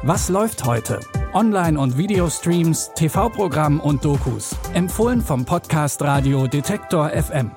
Was läuft heute? Online- und Videostreams, TV-Programm und Dokus. Empfohlen vom Podcast Radio Detektor FM.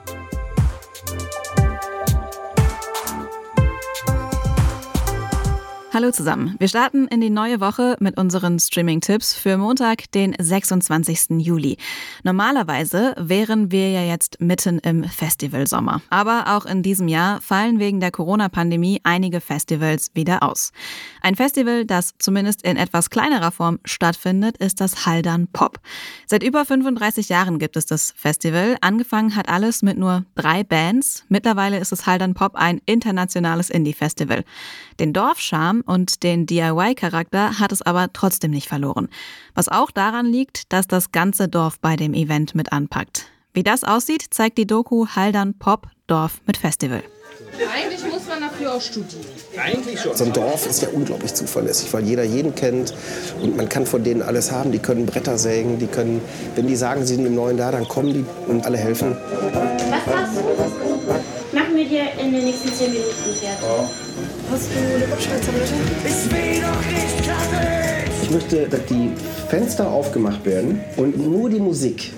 Hallo zusammen. Wir starten in die neue Woche mit unseren Streaming-Tipps für Montag, den 26. Juli. Normalerweise wären wir ja jetzt mitten im Festivalsommer. Aber auch in diesem Jahr fallen wegen der Corona-Pandemie einige Festivals wieder aus. Ein Festival, das zumindest in etwas kleinerer Form stattfindet, ist das Haldern Pop. Seit über 35 Jahren gibt es das Festival. Angefangen hat alles mit nur 3 Bands. Mittlerweile ist das Haldern Pop ein internationales Indie-Festival. Den Dorfcharme und den DIY-Charakter hat es aber trotzdem nicht verloren. Was auch daran liegt, dass das ganze Dorf bei dem Event mit anpackt. Wie das aussieht, zeigt die Doku Haldern Pop Dorf mit Festival. Eigentlich muss man dafür auch studieren. Eigentlich schon. So ein Dorf ist ja unglaublich zuverlässig, weil jeder jeden kennt und man kann von denen alles haben. Die können Bretter sägen, die können, wenn die sagen, sie sind im Neuen da, dann kommen die und alle helfen. Was machst du? Machen wir dir in den nächsten 10 Minuten fertig. Ja. Hast du eine Kopfschmerztablette? Ich will doch nicht kacken. Ich möchte, dass die Fenster aufgemacht werden und nur die Musik.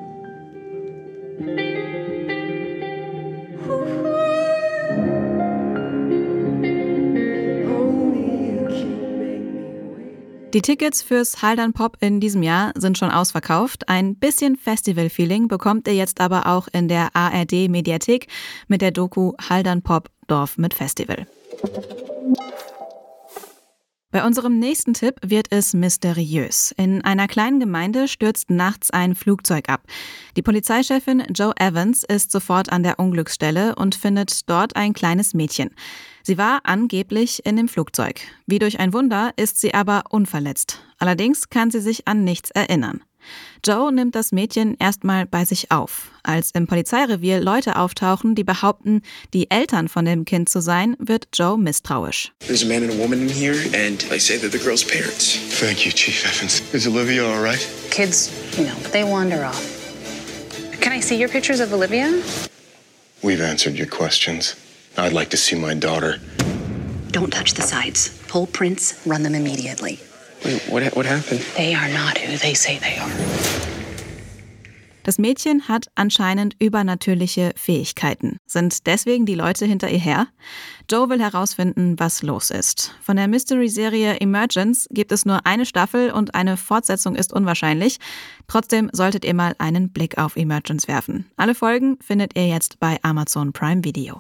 Die Tickets fürs Haldern Pop in diesem Jahr sind schon ausverkauft. Ein bisschen Festival-Feeling bekommt ihr jetzt aber auch in der ARD-Mediathek mit der Doku Haldern Pop Dorf mit Festival. Bei unserem nächsten Tipp wird es mysteriös. In einer kleinen Gemeinde stürzt nachts ein Flugzeug ab. Die Polizeichefin Jo Evans ist sofort an der Unglücksstelle und findet dort ein kleines Mädchen. Sie war angeblich in dem Flugzeug. Wie durch ein Wunder ist sie aber unverletzt. Allerdings kann sie sich an nichts erinnern. Jo nimmt das Mädchen erstmal bei sich auf. Als im Polizeirevier Leute auftauchen, die behaupten, die Eltern von dem Kind zu sein, wird Jo misstrauisch. There's a man and a woman in here, and they say they're the girl's parents. Thank you, Chief Evans. Is Olivia all right? Kids, they wander off. Can I see your pictures of Olivia? We've answered your questions. I'd like to see my daughter. Don't touch the sides. Pull prints, run them immediately. Wait, what happened? They are not who they say they are. Das Mädchen hat anscheinend übernatürliche Fähigkeiten. Sind deswegen die Leute hinter ihr her? Jo will herausfinden, was los ist. Von der Mystery-Serie Emergence gibt es nur eine Staffel und eine Fortsetzung ist unwahrscheinlich. Trotzdem solltet ihr mal einen Blick auf Emergence werfen. Alle Folgen findet ihr jetzt bei Amazon Prime Video.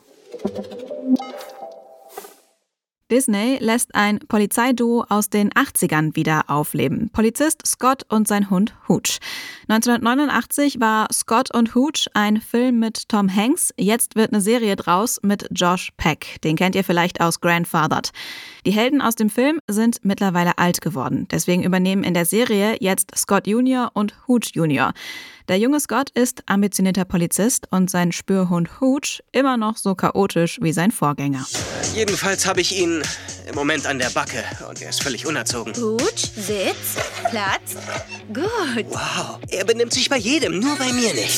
Disney lässt ein Polizeiduo aus den 80ern wieder aufleben. Polizist Scott und sein Hund Hooch. 1989 war Scott und Hooch ein Film mit Tom Hanks. Jetzt wird eine Serie draus mit Josh Peck. Den kennt ihr vielleicht aus Grandfathered. Die Helden aus dem Film sind mittlerweile alt geworden. Deswegen übernehmen in der Serie jetzt Scott Jr. und Hooch Jr. Der junge Scott ist ambitionierter Polizist und sein Spürhund Hooch immer noch so chaotisch wie sein Vorgänger. Jedenfalls habe ich ihn im Moment an der Backe und er ist völlig unerzogen. Hooch, Sitz, Platz, gut. Wow, er benimmt sich bei jedem, nur bei mir nicht.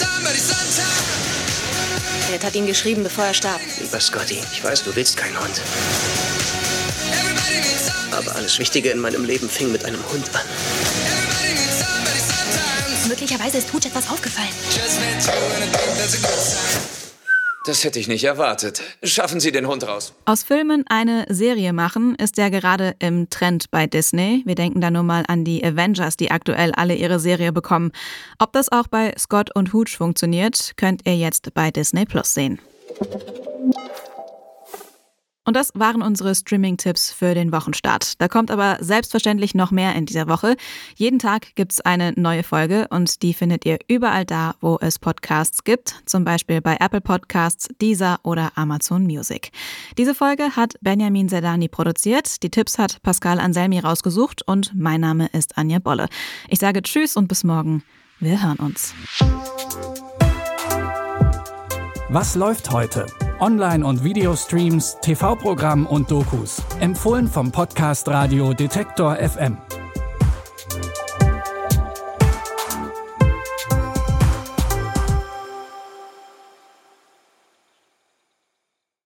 Ed hat ihn geschrieben, bevor er starb. Lieber Scotty, ich weiß, du willst keinen Hund. Aber alles Wichtige in meinem Leben fing mit einem Hund an. Möglicherweise ist Hooch etwas aufgefallen. Das hätte ich nicht erwartet. Schaffen Sie den Hund raus. Aus Filmen eine Serie machen ist ja gerade im Trend bei Disney. Wir denken da nur mal an die Avengers, die aktuell alle ihre Serie bekommen. Ob das auch bei Scott und Hooch funktioniert, könnt ihr jetzt bei Disney Plus sehen. Und das waren unsere Streaming-Tipps für den Wochenstart. Da kommt aber selbstverständlich noch mehr in dieser Woche. Jeden Tag gibt's eine neue Folge und die findet ihr überall da, wo es Podcasts gibt. Zum Beispiel bei Apple Podcasts, Deezer oder Amazon Music. Diese Folge hat Benjamin Zerdani produziert. Die Tipps hat Pascal Anselmi rausgesucht und mein Name ist Anja Bolle. Ich sage Tschüss und bis morgen. Wir hören uns. Was läuft heute? Online- und Videostreams, TV-Programm und Dokus. Empfohlen vom Podcast Radio Detektor FM.